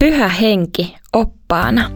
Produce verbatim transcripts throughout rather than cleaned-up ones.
Pyhä henki oppaana.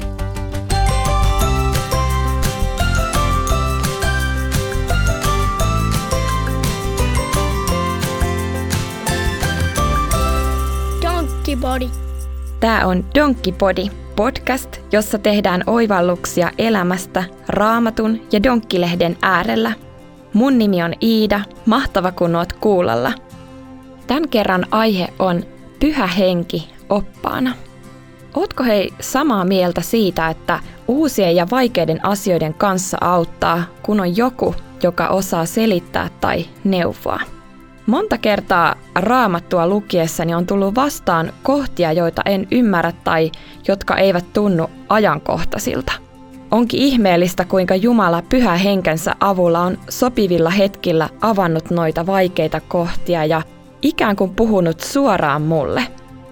Donkkipodi. Tämä on Donkkipodi, podcast, jossa tehdään oivalluksia elämästä Raamatun ja Donkkilehden äärellä. Mun nimi on Iida, mahtava kun oot kuulolla. Tämän kerran aihe on Pyhä henki oppaana. Ootko hei samaa mieltä siitä, että uusien ja vaikeiden asioiden kanssa auttaa, kun on joku, joka osaa selittää tai neuvoa? Monta kertaa Raamattua lukiessani on tullut vastaan kohtia, joita en ymmärrä tai jotka eivät tunnu ajankohtaisilta. Onkin ihmeellistä, kuinka Jumala Pyhä henkensä avulla on sopivilla hetkillä avannut noita vaikeita kohtia ja ikään kuin puhunut suoraan mulle.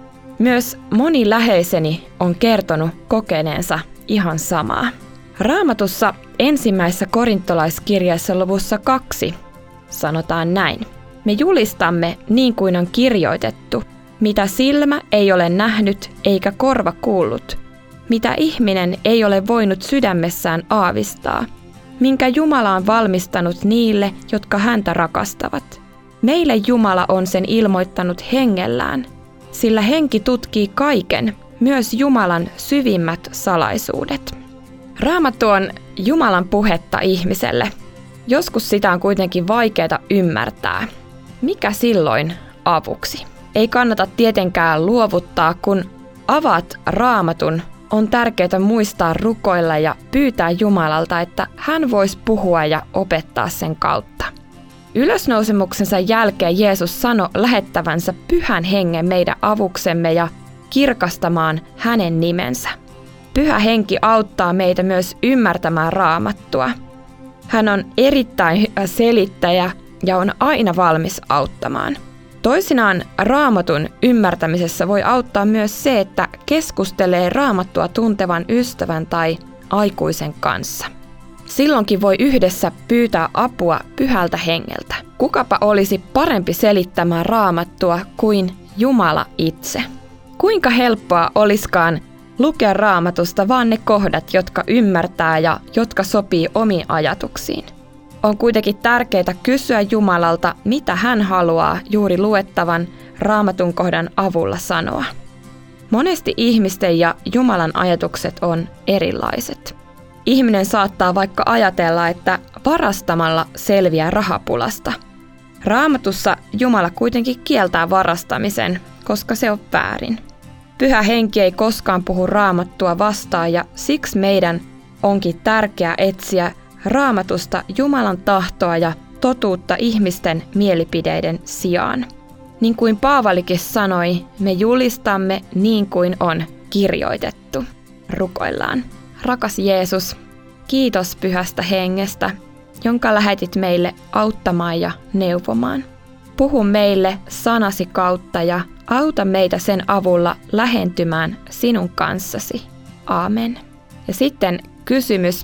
Myös moni läheiseni on kertonut kokeneensa ihan samaa. Raamatussa ensimmäisessä korintolaiskirjeessä luvussa kaksi sanotaan näin. Me julistamme niin kuin on kirjoitettu, mitä silmä ei ole nähnyt eikä korva kuullut, mitä ihminen ei ole voinut sydämessään aavistaa, minkä Jumala on valmistanut niille, jotka häntä rakastavat. Meille Jumala on sen ilmoittanut hengellään, sillä henki tutkii kaiken, myös Jumalan syvimmät salaisuudet. Raamattu on Jumalan puhetta ihmiselle. Joskus sitä on kuitenkin vaikeaa ymmärtää. Mikä silloin avuksi? Ei kannata tietenkään luovuttaa, kun avaat Raamatun. On tärkeää muistaa rukoilla ja pyytää Jumalalta, että hän voisi puhua ja opettaa sen kautta. Ylösnousemuksensa jälkeen Jeesus sanoi lähettävänsä Pyhän hengen meidän avuksemme ja kirkastamaan hänen nimensä. Pyhä henki auttaa meitä myös ymmärtämään Raamattua. Hän on erittäin hyvä selittäjä ja on aina valmis auttamaan. Toisinaan Raamatun ymmärtämisessä voi auttaa myös se, että keskustelee Raamattua tuntevan ystävän tai aikuisen kanssa. Silloinkin voi yhdessä pyytää apua Pyhältä hengeltä. Kukapa olisi parempi selittämään Raamattua kuin Jumala itse? Kuinka helppoa olisikaan lukea Raamatusta vaan ne kohdat, jotka ymmärtää ja jotka sopii omiin ajatuksiin. On kuitenkin tärkeää kysyä Jumalalta, mitä hän haluaa juuri luettavan Raamatun kohdan avulla sanoa. Monesti ihmisten ja Jumalan ajatukset on erilaiset. Ihminen saattaa vaikka ajatella, että varastamalla selviää rahapulasta. Raamatussa Jumala kuitenkin kieltää varastamisen, koska se on väärin. Pyhä henki ei koskaan puhu Raamattua vastaan ja siksi meidän onkin tärkeää etsiä Raamatusta Jumalan tahtoa ja totuutta ihmisten mielipideiden sijaan. Niin kuin Paavalikin sanoi, me julistamme niin kuin on kirjoitettu. Rukoillaan. Rakas Jeesus, kiitos Pyhästä hengestä, jonka lähetit meille auttamaan ja neuvomaan. Puhu meille sanasi kautta ja auta meitä sen avulla lähentymään sinun kanssasi. Aamen. Ja sitten kysymys,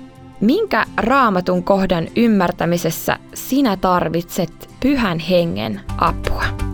minkä Raamatun kohdan ymmärtämisessä sinä tarvitset Pyhän hengen apua?